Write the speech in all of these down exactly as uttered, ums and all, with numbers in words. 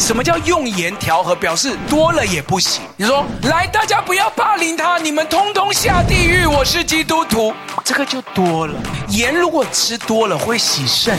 什么叫用盐调和？表示多了也不行。你说来，大家不要霸凌他，你们通通下地狱，我是基督徒，这个就多了。盐如果吃多了会洗肾。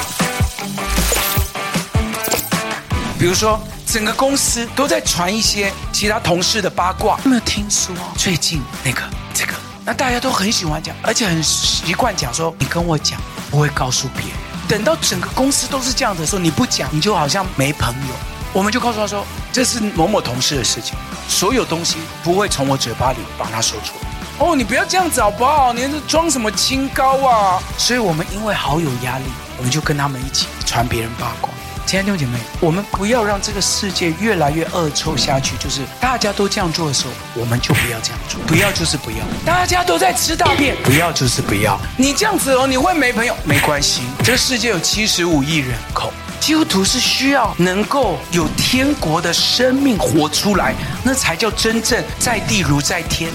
比如说整个公司都在传一些其他同事的八卦，有没有听说最近那个这个？那大家都很喜欢讲，而且很习惯讲说你跟我讲，不会告诉别人。等到整个公司都是这样的时候，你不讲，你就好像没朋友。我们就告诉他说，这是某某同事的事情，所有东西不会从我嘴巴里把它说出来。哦，你不要这样子好不好？你是装什么清高啊？所以我们因为好有压力，我们就跟他们一起传别人八卦。亲爱的弟兄姐妹，我们不要让这个世界越来越恶臭下去，就是大家都这样做的时候，我们就不要这样做。不要就是不要。大家都在吃大便，不要就是不要。你这样子哦，你会没朋友，没关系。这个世界有七十五亿人口，基督徒是需要能够有天国的生命活出来，那才叫真正在地如在天。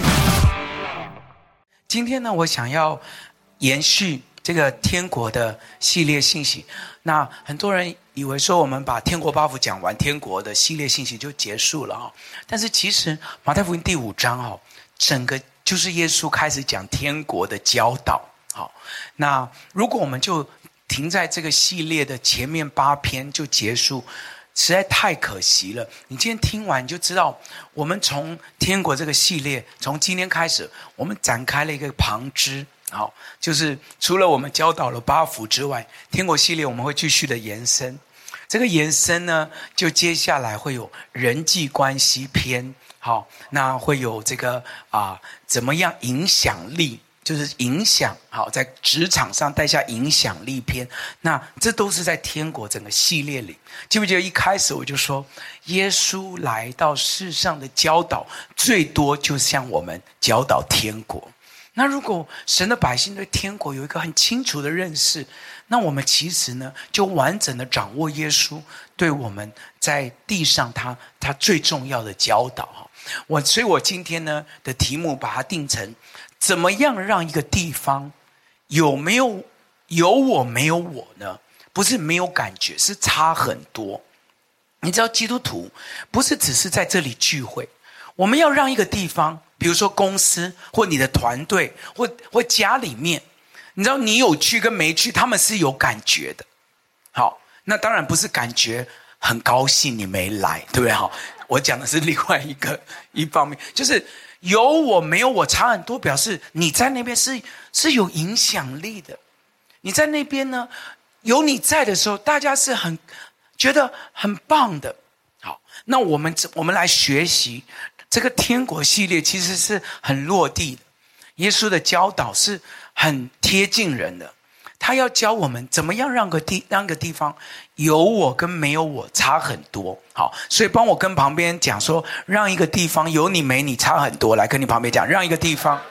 今天呢，我想要延续这个天国的系列信息。那很多人以为说我们把天国八福讲完，天国的系列信息就结束了。但是其实马太福音第五章整个就是耶稣开始讲天国的教导。那如果我们就停在这个系列的前面八篇就结束，实在太可惜了。你今天听完就知道，我们从天国这个系列，从今天开始，我们展开了一个旁支。好，就是除了我们教导了八福之外，天国系列我们会继续的延伸。这个延伸呢，就接下来会有人际关系篇。好，那会有这个啊，怎么样影响力？就是影响，好，在职场上带下影响力篇。那这都是在天国整个系列里。记不记得一开始我就说，耶稣来到世上的教导，最多就像我们教导天国。那如果神的百姓对天国有一个很清楚的认识，那我们其实呢，就完整的掌握耶稣对我们在地上他他最重要的教导。我所以我今天呢的题目把它定成，怎么样让一个地方有没有有我没有我呢？不是没有感觉，是差很多。你知道基督徒不是只是在这里聚会，我们要让一个地方，比如说公司或你的团队或或家里面，你知道你有去跟没去，他们是有感觉的。好，那当然不是感觉很高兴你没来，对不对？好，我讲的是另外一个一方面，就是有我没有我差很多，表示你在那边是是有影响力的。你在那边呢，有你在的时候，大家是很觉得很棒的。好，那我们我们来学习这个天国系列，其实是很落地的。耶稣的教导是很贴近人的，他要教我们怎么样让个地让个地方有我跟没有我差很多。好，所以帮我跟旁边讲说，让一个地方有你没你差很多。来跟你旁边讲，让一个地方。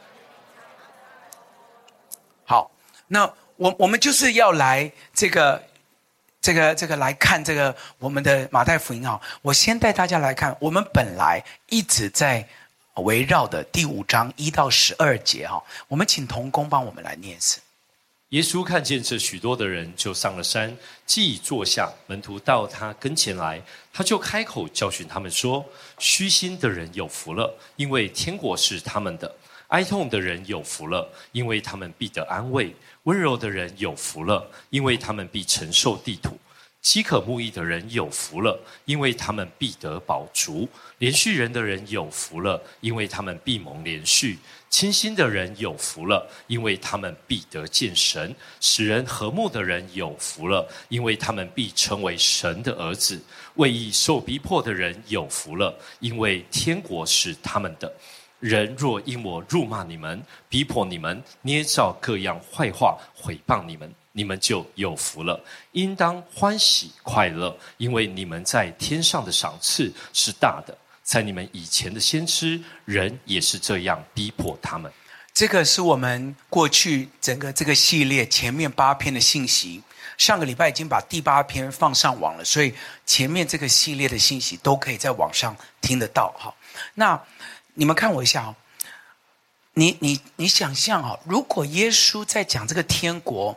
好，那我我们就是要来这个这个这个来看这个我们的马太福音。好，我先带大家来看，我们本来一直在围绕的第五章一到十二节。哈，我们请同工帮我们来念一次。 耶稣看见这许多的人，就上了山，既坐下，门徒到他跟前来，他就开口教训他们说：虚心的人有福了，因为天国是他们的；哀痛的人有福了，因为他们必得安慰；温柔的人有福了，因为他们必承受地土；饥渴慕义的人有福了，因为他们必得饱足；连续人的人有福了，因为他们必蒙连续；清心的人有福了，因为他们必得见神；使人和睦的人有福了，因为他们必成为神的儿子；为义受逼迫的人有福了，因为天国是他们的。人若因我辱骂你们，逼迫你们，捏造各样坏话毁谤你们，你们就有福了，应当欢喜快乐，因为你们在天上的赏赐是大的。在你们以前的先知，人也是这样逼迫他们。 这个是我们过去整个这个系列前面八篇的信息，上个礼拜已经把第八篇放上网了，所以前面这个系列的信息都可以在网上听得到。好，那你们看我一下哦，你你你想象哈，如果耶稣在讲这个天国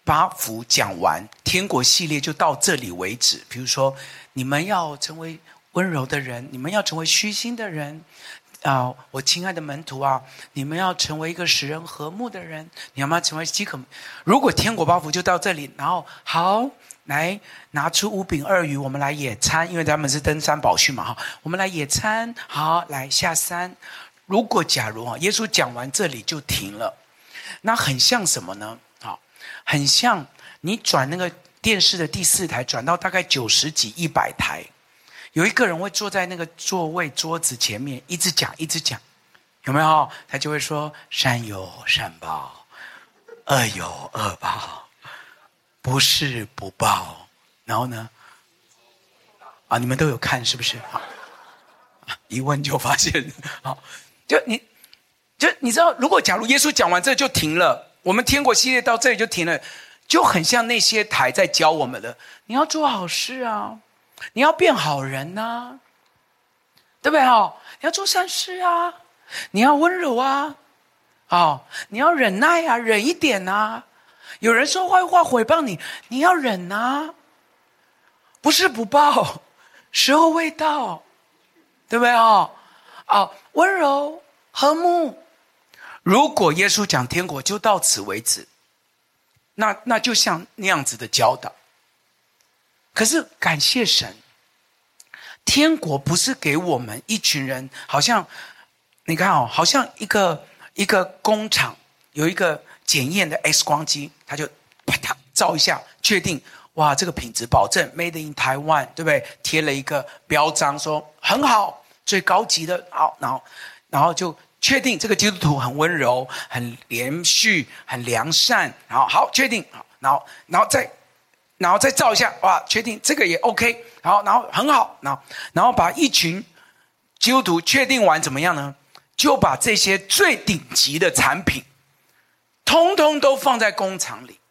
八福讲完，天国系列就到这里为止。比如说，你们要成为温柔的人，你们要成为虚心的人啊、呃！我亲爱的门徒啊，你们要成为一个使人和睦的人，你们要成为饥渴。如果天国八福就到这里，然后好，来拿出五饼二鱼，我们来野餐，因为他们是登山宝训嘛，哈，我们来野餐，好，来下山。如果假如啊，耶稣讲完这里就停了，那很像什么呢？好，很像你转那个电视的第四台，转到大概九十几、一百台，有一个人会坐在那个座位桌子前面，一直讲，一直讲，有没有？他就会说：善有善报，恶有恶报，不是不报。然后呢？啊，你们都有看是不是？好，一问就发现，好，就你。就你知道，如果假如耶稣讲完这就停了，我们天国系列到这里就停了，就很像那些台在教我们的，你要做好事啊，你要变好人啊，对不对？哦，你要做善事啊，你要温柔啊，哦，你要忍耐啊，忍一点啊，有人说坏话诽谤你，你要忍啊，不是不报，时候未到，对不对？哦，哦，温柔和睦。如果耶稣讲天国就到此为止，那那就像那样子的教导。可是感谢神，天国不是给我们一群人，好像你看哦，好像一个一个工厂有一个检验的 X 光机，他就啪嗒照一下，确定哇这个品质保证 Made in Taiwan， 对不对？贴了一个标章说很好，最高级的，好，然后然后就。确定这个基督徒很温柔、很连续、很良善，然后好确定，好，然后然后再然后再照一下，哇，确定这个也 OK， 然后然后很好，然后然后把一群基督徒确定完怎么样呢？就把这些最顶级的产品，通通都放在工厂里。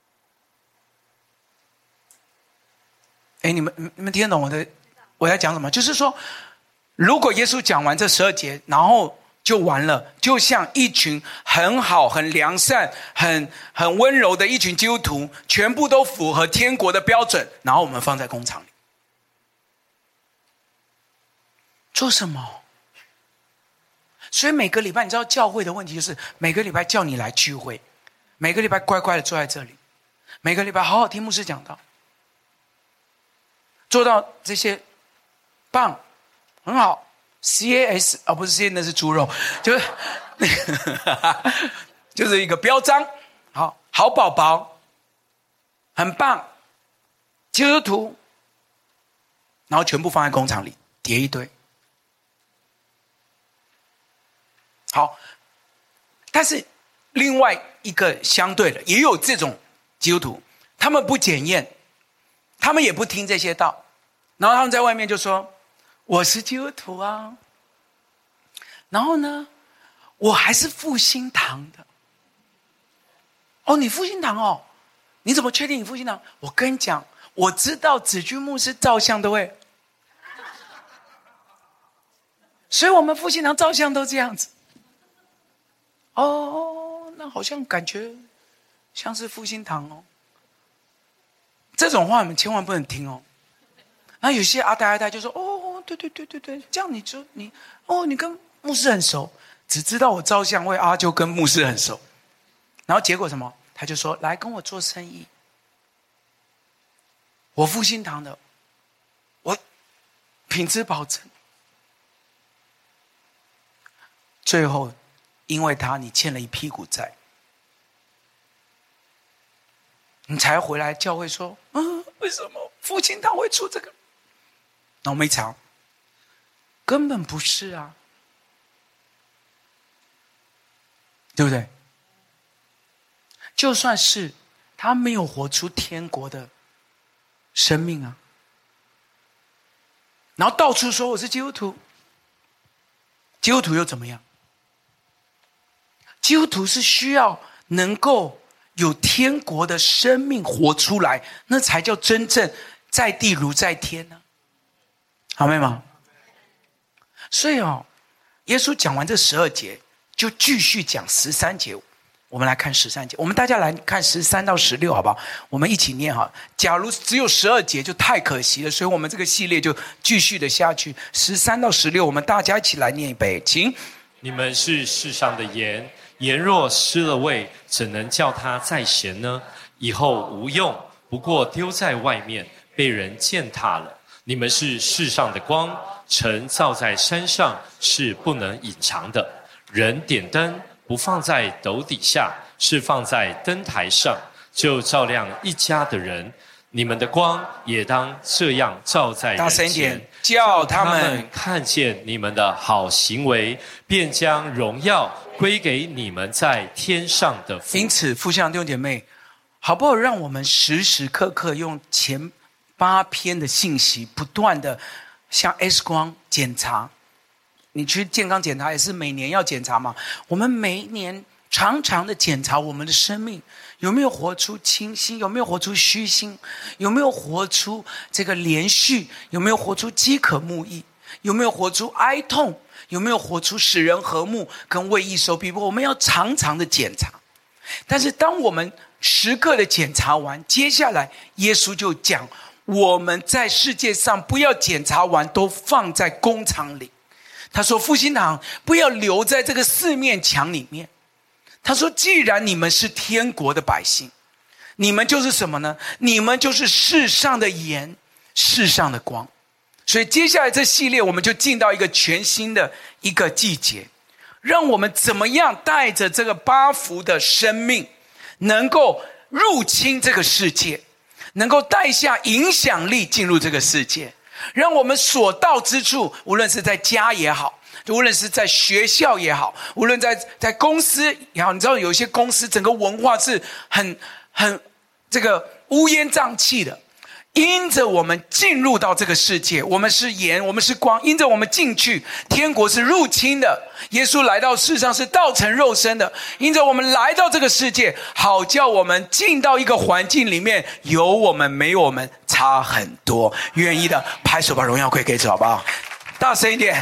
哎，你们你们听得懂我的我在讲什么？就是说，如果耶稣讲完这十二节，然后就完了，就像一群很好、很良善、很很温柔的一群基督徒，全部都符合天国的标准，然后我们放在工厂里做什么？所以每个礼拜，你知道教会的问题就是，每个礼拜叫你来聚会，每个礼拜乖乖的坐在这里，每个礼拜好好听牧师讲道，做到这些棒，很好。C A S 啊、哦，不是 C A S， 那是猪肉，就是就是一个标章，好好宝宝，很棒，基督徒，然后全部放在工厂里叠一堆。好，但是另外一个相对的，也有这种基督徒，他们不检验，他们也不听这些道，然后他们在外面就说。我是基督徒啊，然后呢，我还是复兴堂的。哦，你复兴堂哦？你怎么确定你复兴堂？我跟你讲，我知道子君牧师照相都会，所以我们复兴堂照相都这样子。哦，那好像感觉像是复兴堂哦。这种话你们千万不能听哦。然后有些阿呆阿呆就说：“哦，对对对对对，这样你就你哦，你跟牧师很熟，只知道我照相会啊，就跟牧师很熟。”然后结果什么？他就说：“来跟我做生意，我复兴堂的，我品质保证。”最后，因为他你欠了一屁股债，你才回来教会说：“嗯，为什么复兴堂会出这个？”那我们一查，根本不是啊，对不对？就算是他没有活出天国的生命啊，然后到处说我是基督徒，基督徒又怎么样？基督徒是需要能够有天国的生命活出来，那才叫真正在地如在天呢、啊。好妹吗？所以哦，耶稣讲完这十二节，就继续讲十三节。 我们来看十三节，我们大家来看十三到十六，好不好？我们一起念哈。假如只有十二节就太可惜了，所以我们这个系列就继续的下去。十三到十六，我们大家一起来念一遍，请。 你们是世上的盐，盐若失了味，怎能叫它再咸呢？以后无用，不过丢在外面，被人践踏了。你们是世上的光，城造在山上，是不能隐藏的。人点灯，不放在斗底下，是放在灯台上，就照亮一家的人。你们的光也当这样照在人前， 大声一点，叫他们看见你们的好行为，便将荣耀归给你们在天上的父。 因此，父兄弟兄姐妹，好不好？让我们时时刻刻用前八篇的信息，不断的像 X 光检查。你去健康检查也是每年要检查嘛？我们每一年常常的检查我们的生命有没有活出清心，有没有活出虚心，有没有活出这个连续，有没有活出饥渴慕义，有没有活出哀痛，有没有活出使人和睦跟为义受逼迫。我们要常常的检查。但是当我们时刻的检查完，接下来耶稣就讲，我们在世界上不要检查完都放在工厂里。他说复兴堂不要留在这个四面墙里面。他说既然你们是天国的百姓，你们就是什么呢？你们就是世上的盐，世上的光。所以接下来这系列我们就进到一个全新的一个季节，让我们怎么样带着这个八福的生命能够入侵这个世界，能够带下影响力进入这个世界，让我们所到之处，无论是在家也好，无论是在学校也好，无论在在公司也好，你知道有些公司整个文化是很很这个乌烟瘴气的。因着我们进入到这个世界，我们是盐，我们是光，因着我们进去，天国是入侵的。耶稣来到世上是道成肉身的，因着我们来到这个世界，好叫我们进到一个环境里面，有我们没有我们差很多。愿意的拍手把荣耀归给主，好不好？大声一点。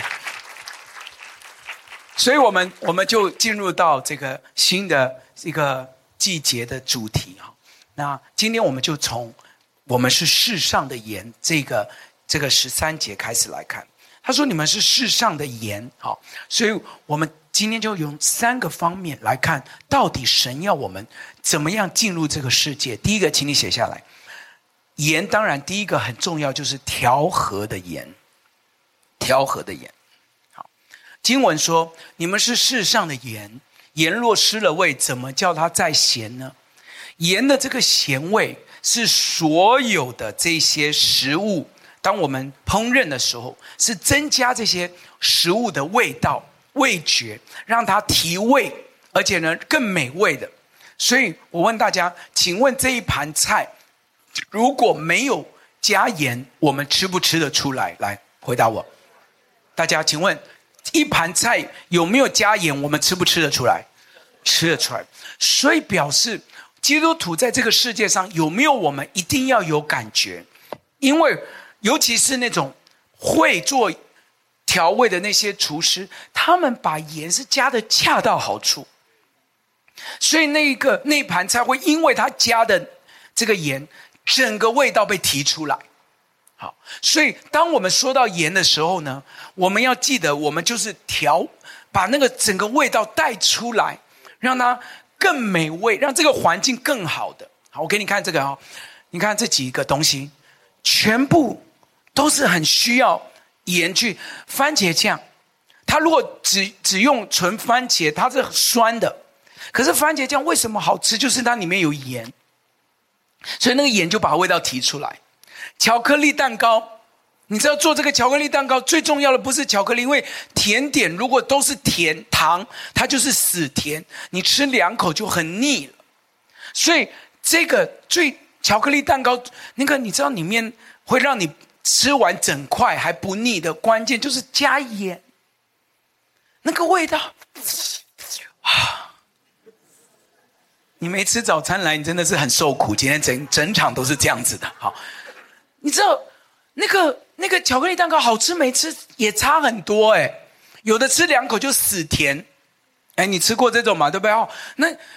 所以我们我们就进入到这个新的一个季节的主题。那今天我们就从我们是世上的盐这个这个十三节开始来看。他说你们是世上的盐，好，所以我们今天就用三个方面来看，到底神要我们怎么样进入这个世界。第一个请你写下来，盐当然第一个很重要，就是调和的盐，调和的盐。好，经文说你们是世上的盐，盐若失了味，怎么叫它再咸呢？盐的这个咸味是所有的这些食物，当我们烹饪的时候，是增加这些食物的味道、味觉，让它提味，而且呢更美味的。所以我问大家，请问这一盘菜如果没有加盐，我们吃不吃得出来？来回答我。大家请问一盘菜有没有加盐，我们吃不吃得出来？吃得出来。所以表示基督徒在这个世界上有没有，我们一定要有感觉。因为尤其是那种会做调味的那些厨师，他们把盐是加的恰到好处，所以那个那盘菜会因为他加的这个盐，整个味道被提出来。好，所以当我们说到盐的时候呢，我们要记得我们就是调，把那个整个味道带出来，让它更美味，让这个环境更好的。好，我给你看这个哦，你看这几个东西全部都是很需要盐去。番茄酱它如果只只用纯番茄，它是酸的，可是番茄酱为什么好吃，就是它里面有盐，所以那个盐就把味道提出来。巧克力蛋糕，你知道做这个巧克力蛋糕最重要的不是巧克力，因为甜点如果都是甜糖，它就是死甜，你吃两口就很腻了。所以这个最巧克力蛋糕那个你知道里面会让你吃完整块还不腻的关键就是加盐，那个味道啊！你没吃早餐来，你真的是很受苦。今天整整场都是这样子的。好，你知道那个那个巧克力蛋糕好吃没吃也差很多哎，有的吃两口就死甜。哎，你吃过这种吗？对不对？哦，那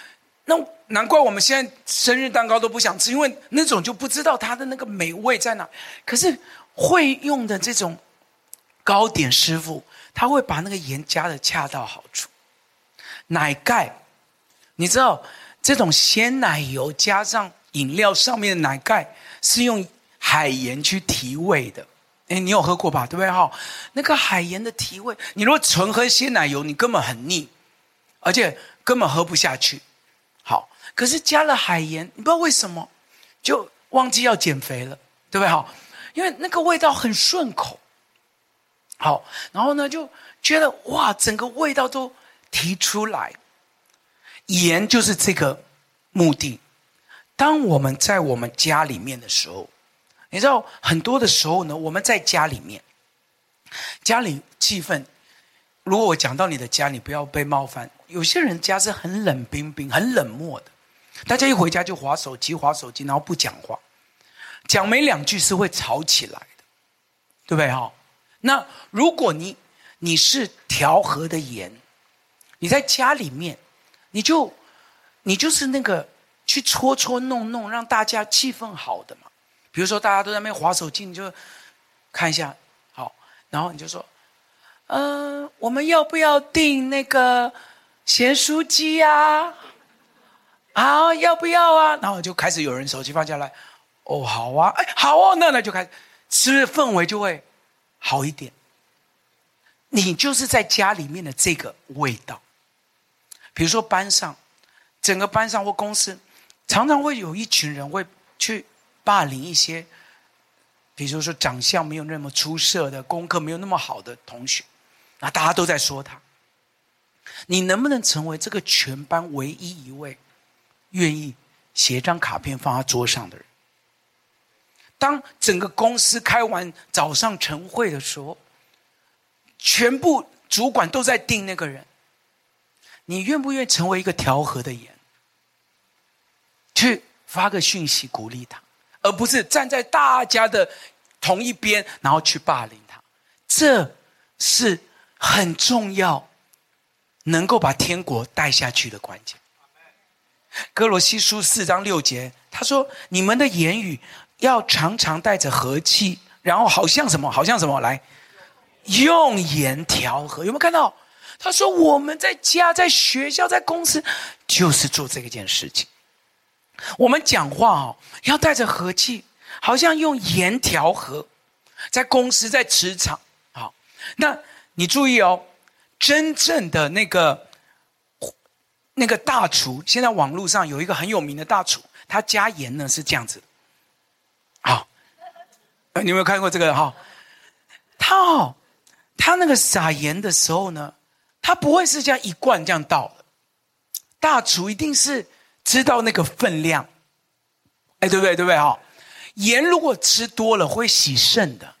那难怪我们现在生日蛋糕都不想吃，因为那种就不知道它的那个美味在哪。可是会用的这种糕点师傅，他会把那个盐加的恰到好处。奶盖，你知道这种鲜奶油加上饮料上面的奶盖是用海盐去提味的。哎，你有喝过吧？对不对哈？那个海盐的提味，你如果纯喝鲜奶油，你根本很腻，而且根本喝不下去。好，可是加了海盐，你不知道为什么就忘记要减肥了，对不对哈？因为那个味道很顺口。好，然后呢就觉得哇，整个味道都提出来。盐就是这个目的。当我们在我们家里面的时候，你知道很多的时候呢，我们在家里面，家里气氛，如果我讲到你的家，你不要被冒犯。有些人家是很冷冰冰、很冷漠的，大家一回家就滑手机、滑手机，然后不讲话，讲没两句是会吵起来的，对不对哈？那如果你你是调和的盐，你在家里面，你就你就是那个去搓搓弄弄，让大家气氛好的嘛。比如说大家都在那边滑手机，你就看一下，好，然后你就说，嗯、呃，我们要不要订那个咸酥鸡啊？啊，要不要啊？然后就开始有人手机放下来，哦，好啊，哎，好哦，那那就开始吃，氛围就会好一点。你就是在家里面的这个味道。比如说班上，整个班上或公司，常常会有一群人会去霸凌一些，比如说长相没有那么出色的、功课没有那么好的同学，那大家都在说他。你能不能成为这个全班唯一一位愿意写张卡片放他桌上的人？当整个公司开完早上晨会的时候，全部主管都在盯那个人，你愿不愿意成为一个调和的盐，去发个讯息鼓励他，而不是站在大家的同一边，然后去霸凌他？这是很重要，能够把天国带下去的关键。哥罗西书四章六节，他说：“你们的言语要常常带着和气，然后好像什么，好像什么来。”用盐调和，有没有看到？他说我们在家、在学校、在公司，就是做这件事情。我们讲话哦，要带着和气，好像用盐调和，在公司、在职场。好，那你注意哦，真正的那个那个大厨，现在网络上有一个很有名的大厨，他加盐呢是这样子。好，你有没有看过这个哈？他哦。他那个撒盐的时候呢，他不会是这样一罐这样倒的，大厨一定是知道那个分量，哎，对不对？对不对哈？盐如果吃多了会洗肾的，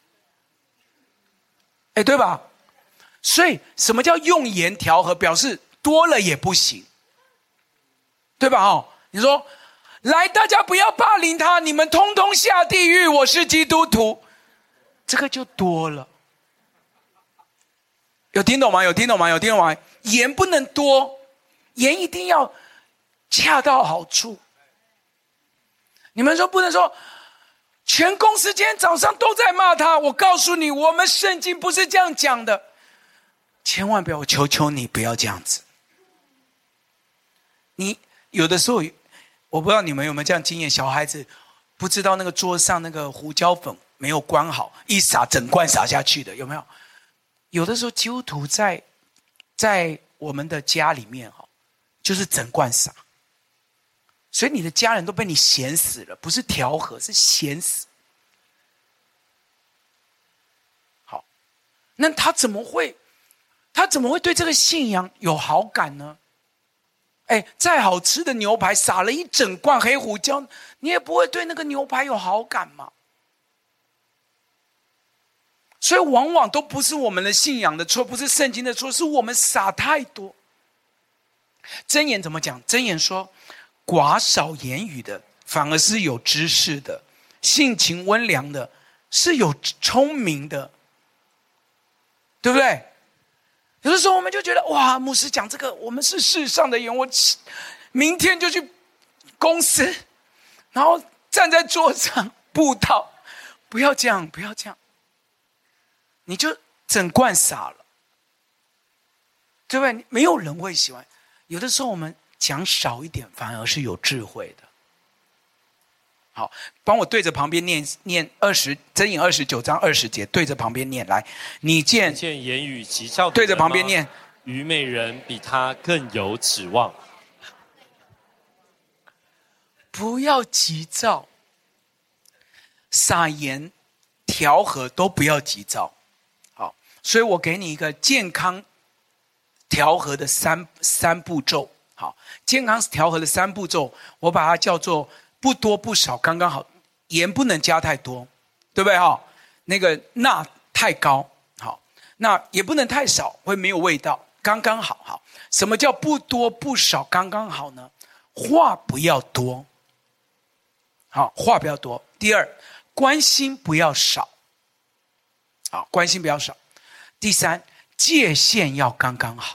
哎，对吧？所以什么叫用盐调和？表示多了也不行，对吧？哈，你说来，大家不要霸凌他，你们通通下地狱，我是基督徒，这个就多了。有听懂吗？有听懂吗？有听懂吗？盐不能多，盐一定要恰到好处。你们说不能说全公司今天早上都在骂他，我告诉你，我们圣经不是这样讲的，千万不要，我求求你不要这样子。你有的时候，我不知道你们有没有这样经验，小孩子不知道那个桌上那个胡椒粉没有关好，一撒整罐撒下去的，有没有？有的时候基督徒在在我们的家里面哈，就是整罐撒，所以你的家人都被你咸死了，不是调和，是咸死。好，那他怎么会他怎么会对这个信仰有好感呢？哎，再好吃的牛排撒了一整罐黑胡椒，你也不会对那个牛排有好感嘛。所以往往都不是我们的信仰的错，不是圣经的错，是我们撒太多。箴言怎么讲？箴言说，寡少言语的反而是有知识的，性情温良的是有聪明的，对不对？有的时候我们就觉得哇，牧师讲这个，我们是世上的盐，我明天就去公司，然后站在桌上布道。不要这样，不要这样，你就整罐撒了，对不对？没有人会喜欢。有的时候我们讲少一点，反而是有智慧的。好，帮我对着旁边念念二十箴言二十九章二十节，对着旁边念来。你见见言语急躁的人吗？ 对着旁边念。 愚昧人比他更有指望。 不要急躁，撒盐、调和都不要急躁。好，所以我给你一个健康调和的三三步骤。好，健康调和的三步骤，我把它叫做不多不少，刚刚好。盐不能加太多，对不对哈？那个钠太高，好，那也不能太少，会没有味道，刚刚好。好，什么叫不多不少，刚刚好呢？话不要多，好，话不要多。第二，关心不要少，好，关心不要少。第三，界限要刚刚好。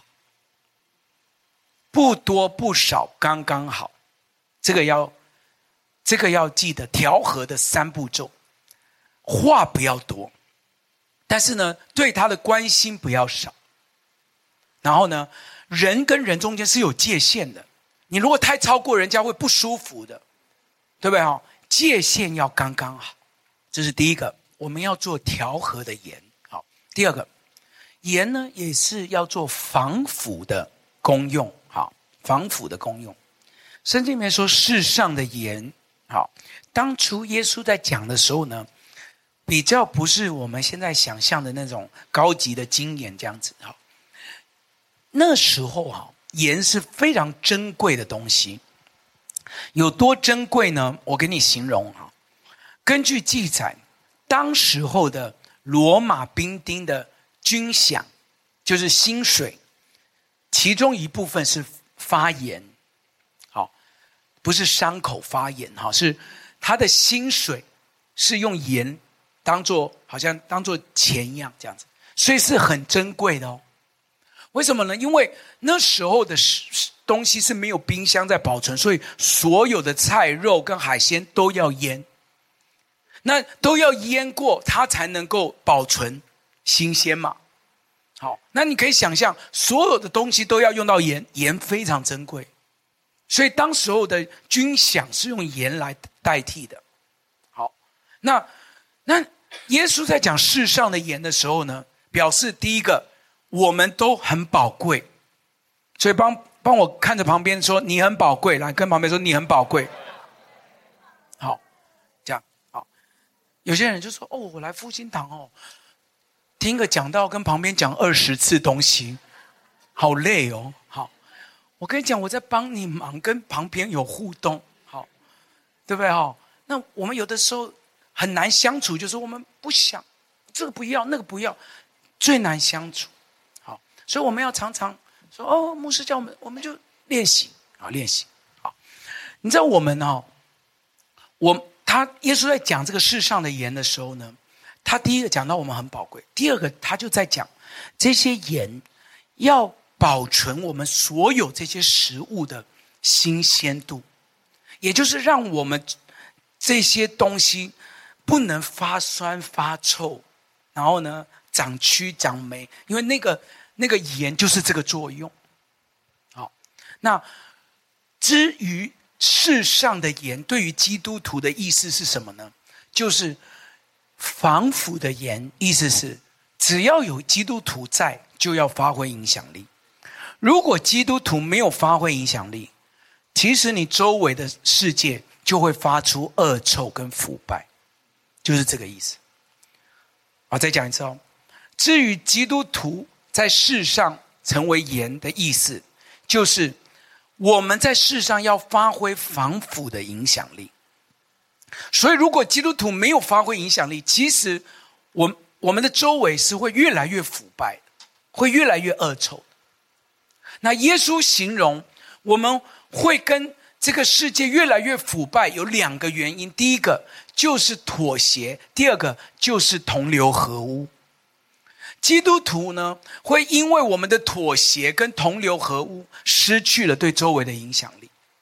不多不少，刚刚好，这个要，这个要记得调和的三步骤。话不要多，但是呢，对他的关心不要少。然后呢，人跟人中间是有界限的，你如果太超过人家会不舒服的，对不对哈？界限要刚刚好，这是第一个，我们要做调和的盐。好，第二个，盐呢也是要做防腐的功用。好，防腐的功用。圣经里面说世上的盐，好，当初耶稣在讲的时候呢，比较不是我们现在想象的那种高级的精盐这样子。好，那时候哈，盐是非常珍贵的东西。有多珍贵呢？我给你形容哈。根据记载，当时候的罗马兵丁的军饷，就是薪水，其中一部分是发盐，好，不是伤口发盐哈，是他的薪水是用盐当做好像当做钱一样这样子，所以是很珍贵的哦。为什么呢？因为那时候的东西是没有冰箱在保存，所以所有的菜肉跟海鲜都要腌，那都要腌过，它才能够保存新鲜嘛。好，那你可以想象，所有的东西都要用到盐，盐非常珍贵，所以当时候的军饷是用盐来代替的。好，那那耶稣在讲世上的盐的时候呢，表示第一个，我们都很宝贵，所以帮帮我看着旁边说你很宝贵，来跟旁边说你很宝贵。好，这样好。有些人就说哦，我来复兴堂哦，听个讲道跟旁边讲二十次东西，好累哦。好，我跟你讲，我在帮你忙，跟旁边有互动，好，对不对哈？那我们有的时候很难相处，就是我们不想这个不要那个不要，最难相处。好，所以我们要常常说哦，牧师叫我们，我们就练习啊，练习。好，你知道我们哦，我他耶稣在讲这个世上的盐的时候呢，他第一个讲到我们很宝贵，第二个他就在讲这些盐要保存我们所有这些食物的新鲜度，也就是让我们这些东西不能发酸发臭，然后呢长蛆长霉，因为那个那个盐就是这个作用。好，那至于世上的盐对于基督徒的意思是什么呢？就是防腐的盐，意思是只要有基督徒在，就要发挥影响力。如果基督徒没有发挥影响力，其实你周围的世界就会发出恶臭跟腐败，就是这个意思。好，再讲一次哦。至于基督徒在世上成为盐的意思，就是我们在世上要发挥防腐的影响力。所以如果基督徒没有发挥影响力，其实我我们的周围是会越来越腐败的，会越来越恶臭的。那耶稣形容我们会跟这个世界越来越腐败，有两个原因，第一个就是妥协，第二个就是同流合污。基督徒呢，会因为我们的妥协跟同流合污，失去了对周围的影响力。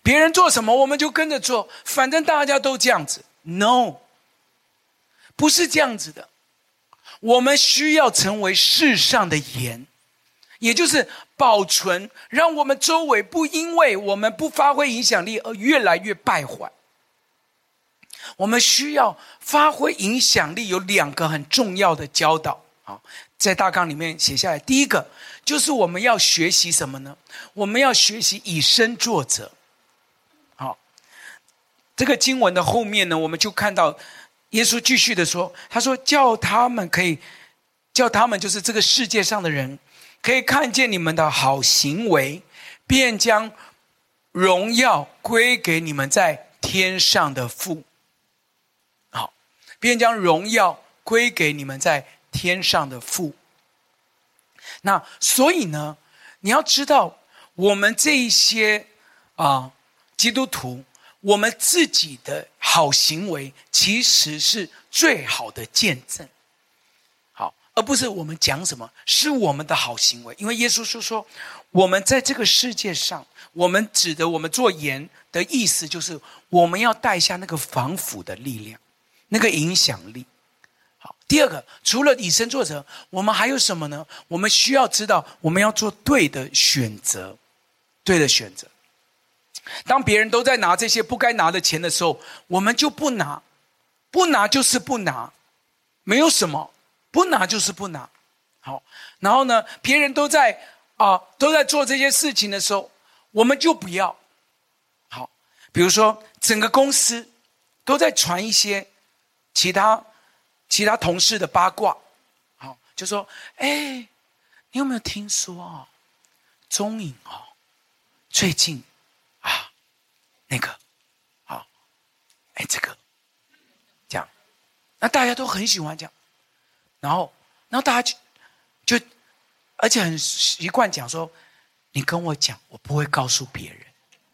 别人做什么我们就跟着做，反正大家都这样子。 No， 不是这样子的。我们需要成为世上的盐，也就是保存，让我们周围不因为我们不发挥影响力而越来越败坏。我们需要发挥影响力，有两个很重要的教导，好，在大纲里面写下来。第一个就是我们要学习什么呢？我们要学习以身作则。好，这个经文的后面呢，我们就看到耶稣继续的说，他说叫他们可以，叫他们就是这个世界上的人，可以看见你们的好行为，便将荣耀归给你们在天上的父。好，便将荣耀归给你们在天上的父。那所以呢，你要知道，我们这一些啊、呃、基督徒，我们自己的好行为其实是最好的见证。好，而不是我们讲什么，是我们的好行为。因为耶稣说说，我们在这个世界上，我们指的我们做盐的意思，就是我们要带下那个防腐的力量，那个影响力。好，第二个，除了以身作则，我们还有什么呢？我们需要知道，我们要做对的选择，对的选择。当别人都在拿这些不该拿的钱的时候，我们就不拿，不拿就是不拿，没有什么，不拿就是不拿。好，然后呢，别人都在啊、呃、都在做这些事情的时候，我们就不要。好，比如说整个公司都在传一些其他其他同事的八卦，好，就说，哎，你有没有听说哦，钟颖哦，最近啊，那个，好，哎，这个，这样，那大家都很喜欢讲，然后，然后大家就，就，而且很习惯讲说，你跟我讲，我不会告诉别人。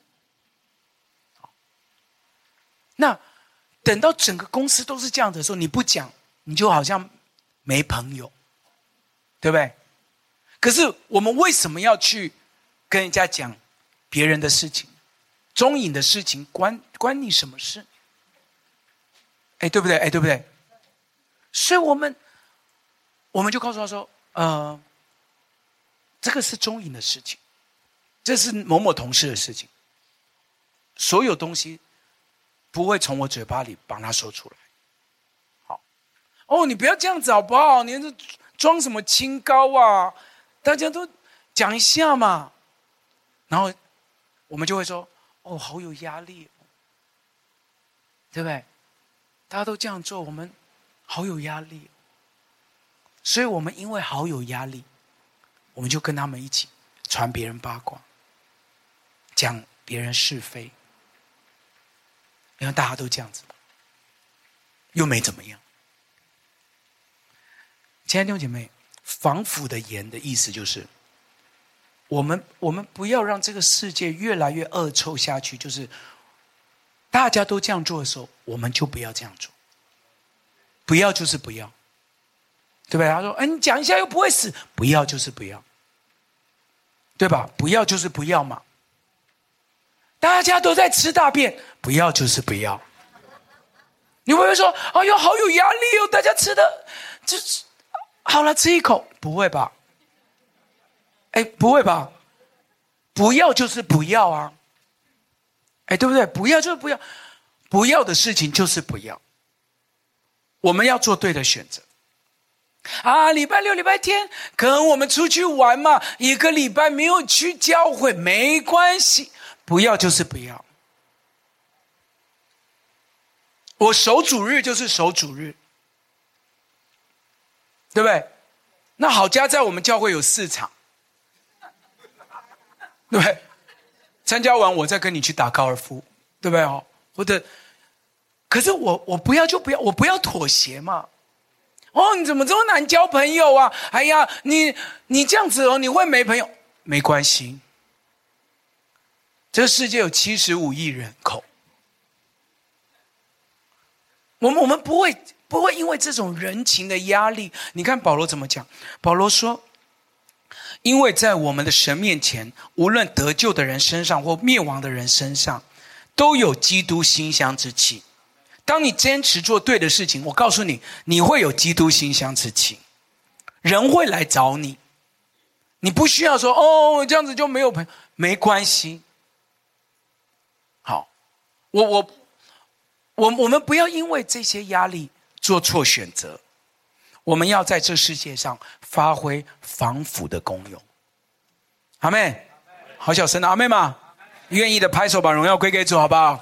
那等到整个公司都是这样的时候，你不讲，你就好像没朋友，对不对？可是我们为什么要去跟人家讲别人的事情？钟颖的事情关关你什么事？哎，对不对？哎，对不对？所以我们我们就告诉他说，呃，这个是钟颖的事情，这是某某同事的事情，所有东西不会从我嘴巴里帮他说出来。好，哦，你不要这样子好不好？你这装什么清高啊？大家都讲一下嘛。然后我们就会说，哦，好有压力，对不对？大家都这样做，我们好有压力。所以我们因为好有压力，我们就跟他们一起传别人八卦，讲别人是非。因为大家都这样子，又没怎么样。亲爱的弟兄姐妹，防腐的盐的意思就是，我们我们不要让这个世界越来越恶臭下去。就是大家都这样做的时候，我们就不要这样做。不要就是不要，对不对？他说：“哎，你讲一下又不会死，不要就是不要，对吧？不要就是不要嘛。”大家都在吃大便，不要就是不要。你会不会说，哎呦，好有压力哦，大家吃的就好了，吃一口，不会吧？哎，不会吧？不要就是不要啊，哎，对不对？不要就是不要，不要的事情就是不要。我们要做对的选择。啊，礼拜六、礼拜天跟我们出去玩嘛，一个礼拜没有去教会没关系。不要就是不要，我守主日就是守主日，对不对？那好家在我们教会有四场，对不对？参加完我再跟你去打高尔夫，对不对哦？或者，可是我我不要就不要，我不要妥协嘛。哦，你怎么这么难交朋友啊？哎呀，你你这样子哦，你会没朋友？没关系。这个世界有七十五亿人口，我们我们不会不会因为这种人情的压力。你看保罗怎么讲？保罗说， 因为在我们的神面前，无论得救的人身上或灭亡的人身上，都有基督馨香之气。当你坚持做对的事情，我告诉你，你会有基督馨香之气，人会来找你。你不需要说哦，这样子就没有朋友，没关系。好，我我我我们不要因为这些压力做错选择。我们要在这世界上发挥防腐的功用。阿妹，好小声的阿妹嘛，愿意的拍手把荣耀归给主，好不好？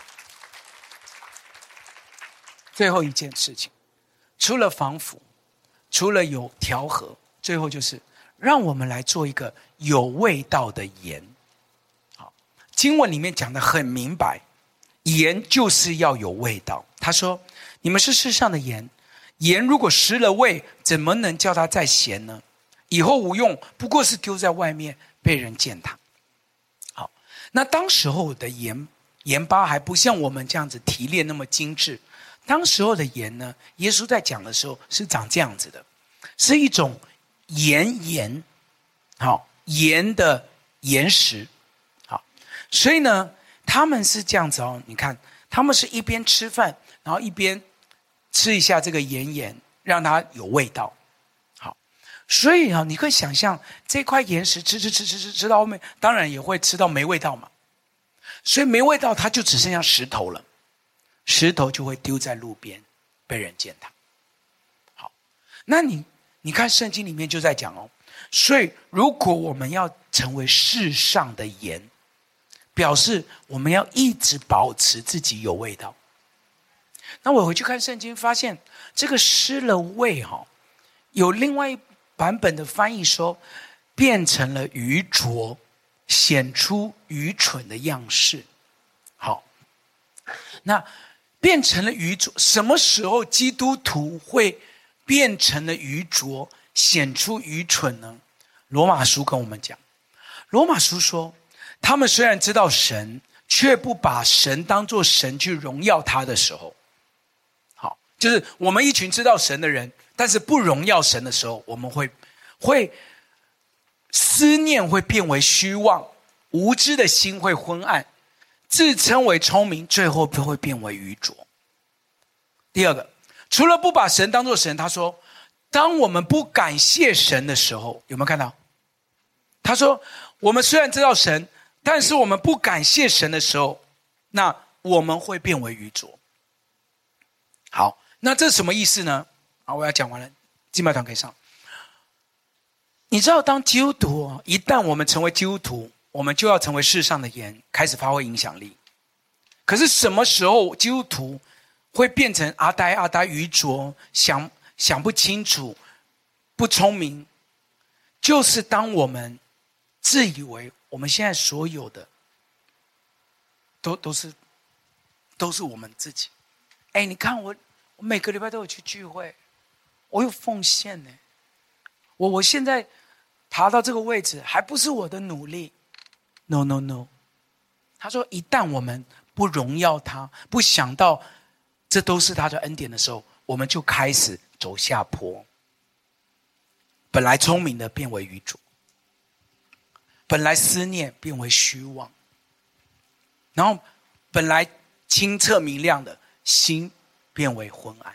最后一件事情，除了防腐，除了有调和，最后就是让我们来做一个有味道的盐。好，经文里面讲得很明白，盐就是要有味道。他说，你们是世上的盐，盐如果失了味，怎么能叫它再咸呢？以后无用，不过是丢在外面被人践踏。好，那当时候的盐盐巴还不像我们这样子提炼那么精致。当时候的盐呢，耶稣在讲的时候是长这样子的，是一种盐盐，好，盐的岩石。好，所以呢，他们是这样子哦，你看，他们是一边吃饭，然后一边吃一下这个盐盐，让它有味道。好，所以啊，你可以想象这块岩石吃吃吃吃吃吃到后面，当然也会吃到没味道嘛。所以没味道，它就只剩下石头了，石头就会丢在路边，被人践踏。好，那你你看圣经里面就在讲哦，所以如果我们要成为世上的盐，表示我们要一直保持自己有味道。那我回去看圣经，发现这个失了味哈、哦，有另外一版本的翻译说，变成了愚拙，显出愚蠢的样式。好，那变成了愚拙，什么时候基督徒会变成了愚拙，显出愚蠢呢？罗马书跟我们讲，罗马书说，他们虽然知道神，却不把神当作神去荣耀他的时候，好，就是我们一群知道神的人，但是不荣耀神的时候，我们会会思念会变为虚妄，无知的心会昏暗，自称为聪明，最后就会变为愚拙。第二个，除了不把神当作神，他说，当我们不感谢神的时候，有没有看到？他说，我们虽然知道神，但是我们不感谢神的时候，那我们会变为愚拙。好，那这是什么意思呢？好，我要讲完了，敬拜团可以上。你知道，当基督徒，一旦我们成为基督徒，我们就要成为世上的盐，开始发挥影响力。可是什么时候基督徒会变成阿呆阿呆、愚拙，想想不清楚、不聪明？就是当我们自以为我们现在所有的都都是都是我们自己。哎，你看我，我每个礼拜都有去聚会，我有奉献呢。我我现在爬到这个位置，还不是我的努力。No no no， 他说，一旦我们不荣耀他，不想到这都是他的恩典的时候，我们就开始走下坡。本来聪明的变为愚拙，本来思念变为虚妄，然后本来清澈明亮的心变为昏暗。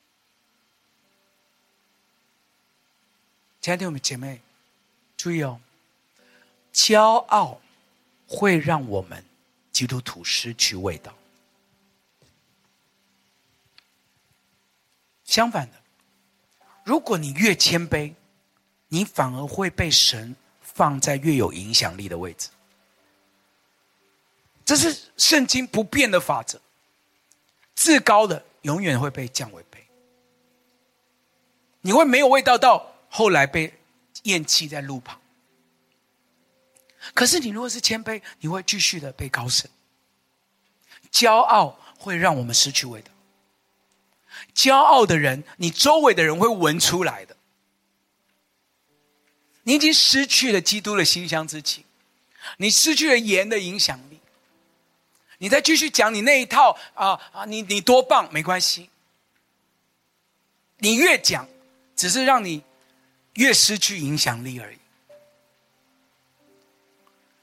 亲爱的弟兄姐妹，注意哦，骄傲会让我们基督徒失去味道。相反的，如果你越谦卑，你反而会被神放在越有影响力的位置。这是圣经不变的法则。至高的永远会被降为卑，你会没有味道到后来被厌弃在路旁。可是你如果是谦卑，你会继续的被高升。骄傲会让我们失去味道。骄傲的人，你周围的人会闻出来的。你已经失去了基督的馨香之气，你失去了盐的影响力。你再继续讲你那一套啊啊，你你多棒，没关系。你越讲，只是让你越失去影响力而已。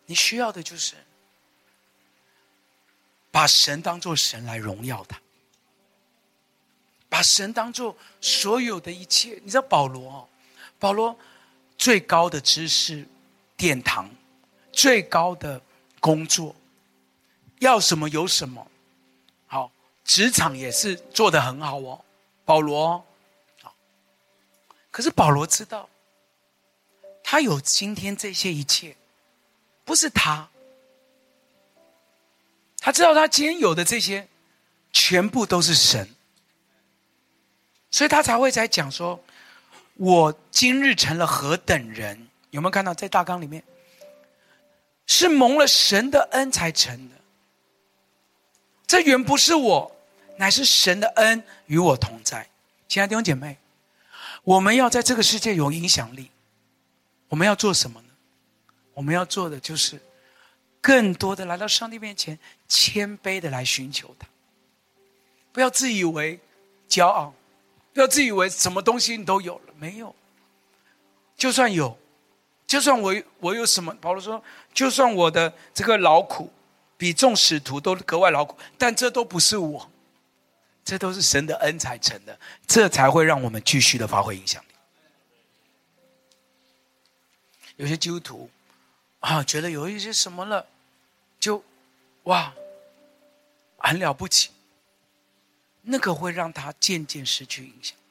你需要的就是把神当作神来荣耀他，把神当作所有的一切。你知道保罗哦，保罗最高的知识殿堂，最高的工作，要什么有什么。好，职场也是做得很好哦，保罗。好，可是保罗知道，他有今天这些一切，不是他。他知道他今天有的这些，全部都是神，所以他才会在讲说，我今日成了何等人。有没有看到在大纲里面，是蒙了神的恩才成的。这原不是我，乃是神的恩与我同在。亲爱的弟兄姐妹，我们要在这个世界有影响力，我们要做什么呢？我们要做的就是更多的来到上帝面前，谦卑的来寻求他。不要自以为骄傲，不要自以为什么东西你都有了，没有。就算有，就算我我有什么，保罗说，就算我的这个劳苦比众使徒都格外劳苦，但这都不是我，这都是神的恩才成的，这才会让我们继续的发挥影响力。有些基督徒啊，觉得有一些什么了，就哇很了不起，那个会让他渐渐失去影响。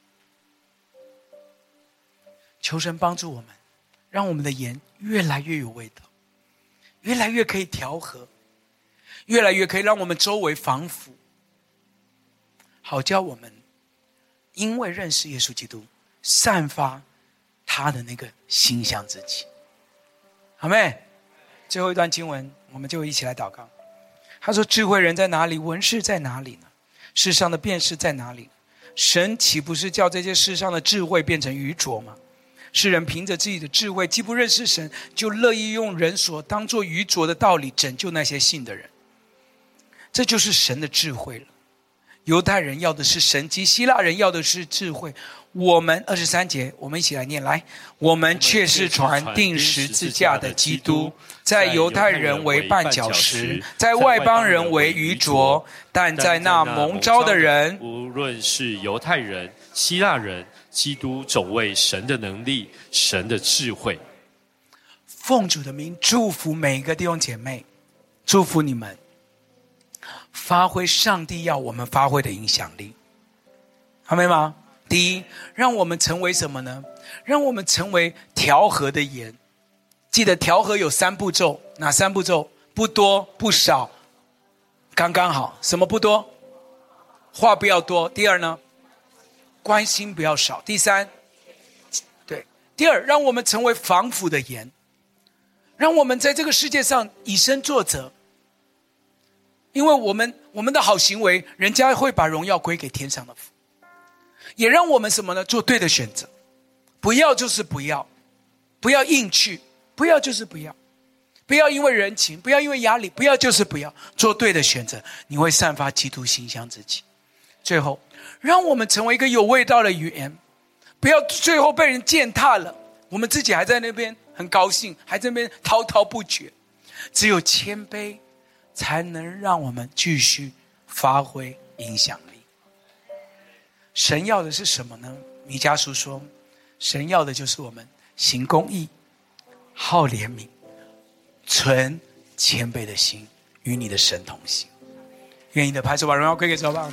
求神帮助我们，让我们的盐越来越有味道，越来越可以调和，越来越可以让我们周围防腐，好叫我们因为认识耶稣基督，散发他的那个馨香之气。阿们。最后一段经文，我们就一起来祷告。他说，智慧人在哪里？文士在哪里呢？世上的辩士在哪里？神岂不是叫这些世上的智慧变成愚拙吗？世人凭着自己的智慧，既不认识神，就乐意用人所当作愚拙的道理拯救那些信的人。这就是神的智慧了。犹太人要的是神迹，希腊人要的是智慧。我们二十三节，我们一起来念。来，我们却是传钉十字架的基督，在犹太人为绊脚石，在外邦人为愚拙，但在那蒙召的人， 无论是犹太人、希腊人，基督总为神的能力、神的智慧。 奉主的名祝福每一个弟兄姐妹，祝福你们发挥上帝要我们发挥的影响力。阿们吗？第一，让我们成为什么呢？让我们成为调和的盐。记得调和有三步骤，哪三步骤？不多不少，刚刚好。什么不多？话不要多。第二呢？关心不要少。第三，对，第二，让我们成为防腐的盐，让我们在这个世界上以身作则。因为我们我们的好行为，人家会把荣耀归给天上的父。也让我们什么呢？做对的选择，不要就是不要，不要硬去，不要就是不要，不要因为人情，不要因为压力，不要就是不要，做对的选择，你会散发基督馨香之气。最后，让我们成为一个有味道的语言，不要最后被人践踏了，我们自己还在那边很高兴，还在那边滔滔不绝。只有谦卑，才能让我们继续发挥影响力。神要的是什么呢？弥迦书说，神要的就是我们行公义，好怜悯，存谦卑的心，与你的神同行。愿意的拍手，把荣耀归给主吧。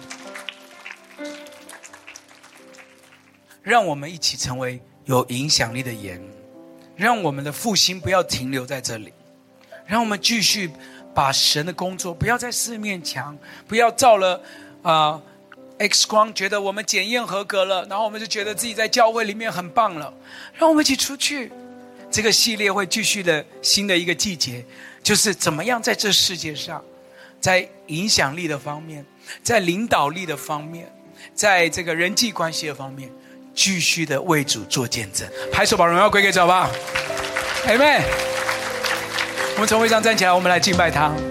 让我们一起成为有影响力的盐，让我们的复兴不要停留在这里，让我们继续把神的工作，不要在四面墙，不要照了啊、呃、X 光，觉得我们检验合格了，然后我们就觉得自己在教会里面很棒了。让我们一起出去。这个系列会继续的新的一个季节，就是怎么样在这世界上，在影响力的方面，在领导力的方面，在这个人际关系的方面，继续的为主做见证。拍手把荣耀归给主吧。阿们。我们从会上站起来，我们来敬拜他。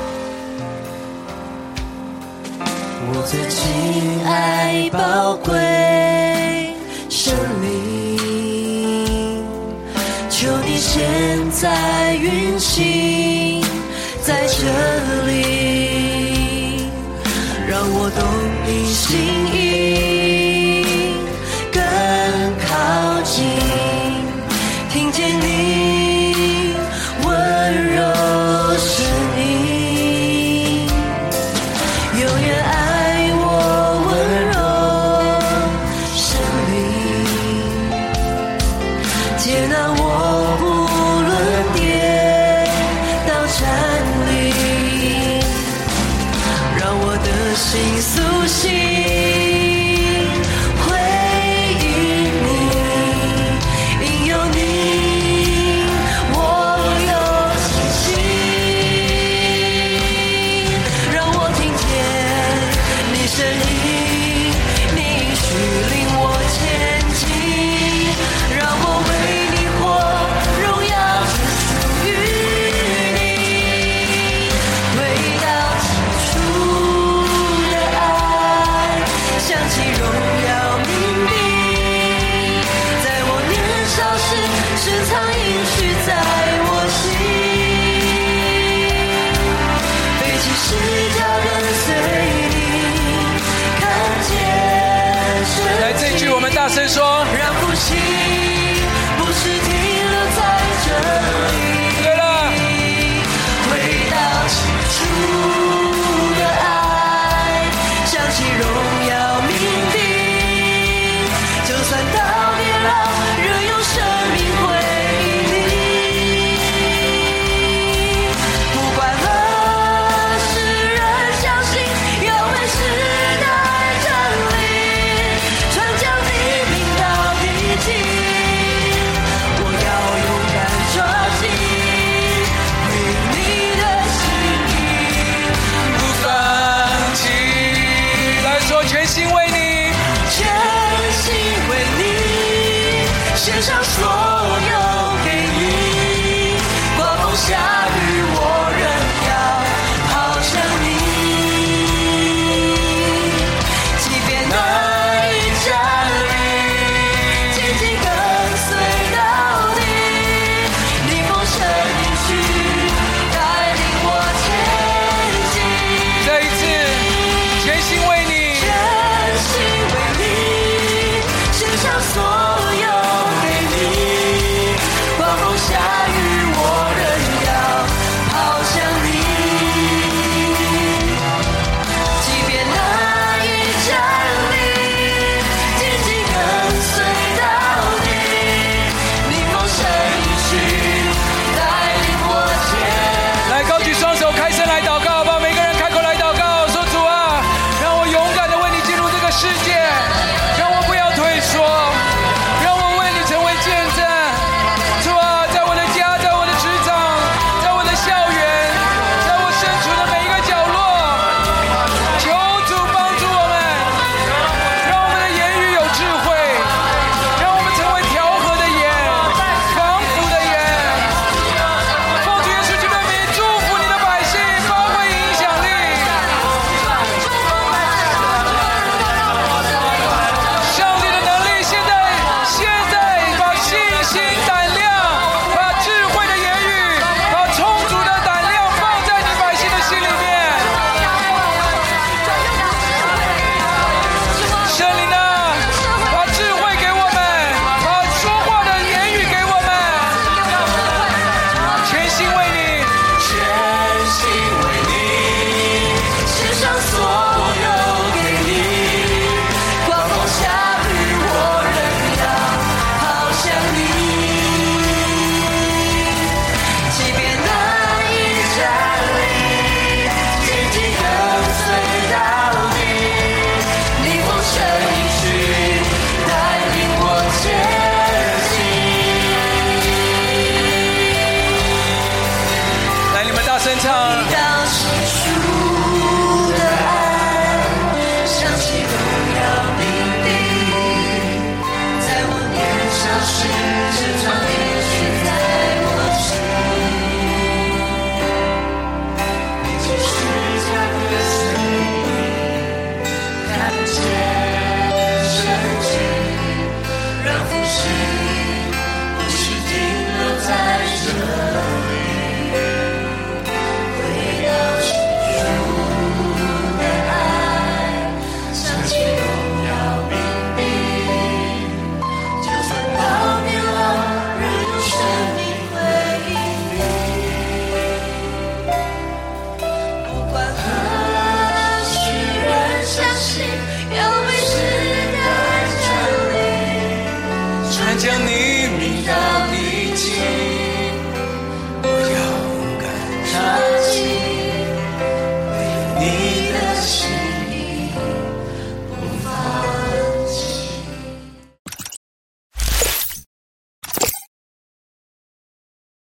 我最亲爱宝贵生命，求你现在运行在这里，让我懂你心意，更靠近，听见你温柔声音，永远爱我温柔生命，接纳我不论跌倒站立，让我的心苏醒，回应你，因有你我有信心，让我听见你声音，你应许领我前进，让我为你活，荣耀只属于你，回到起初的爱，想起荣耀明明，在我年少时深藏应许在我心，背起十架跟随你，看见神来，这句我们大声说。 让呼吸不是停留在这里， 对了， 回到起初的爱，想起荣耀明定，就算到变老，仍用生命回应你。不管何时人相信，有美时代真理，传讲你名到地极，我要勇敢抓紧，回应你的心意， 不放弃。来说，全心为你， 全心为你，献上所有给你，刮风下雨我仍要跑向你，即便难以站立，紧紧跟随到底，逆风神应许带领我前进， 再一次，全心为你， 全心为你，献上所有给你，刮风下雨我仍要跑向你，即便难以站立，紧紧跟随到底，逆风神应许带领我前。 来高举双手，开声来祷告，好不好？每个人开口来祷告，说主啊，让我勇敢的为你进入这个世界，让我不要退缩，让我为你成为见证。主啊，在我的家，在我的职场，在我的校园，在我身处的每一个角落，求主帮助我们，让我们的言语有智慧，让我们成为调和的眼，防腐的眼。奉主耶稣基督的名，祝福你的百姓，发挥影响力。上帝的能力现在现在把信心、胆量，把智慧的言语，把充足的胆量放在你百姓的心里面。圣灵啊，把智慧给我们，把说话的言语给我们，全心为你。 全心为你，献上所有给你，刮风下雨我仍要跑向你，即便难以站立，紧紧跟随到底，逆风神应许带领我前进。 来，你们大声唱。 到起初的爱，想起荣耀明定，在我年少时深藏应许在我心，背起十架跟随你，看见神迹，让服侍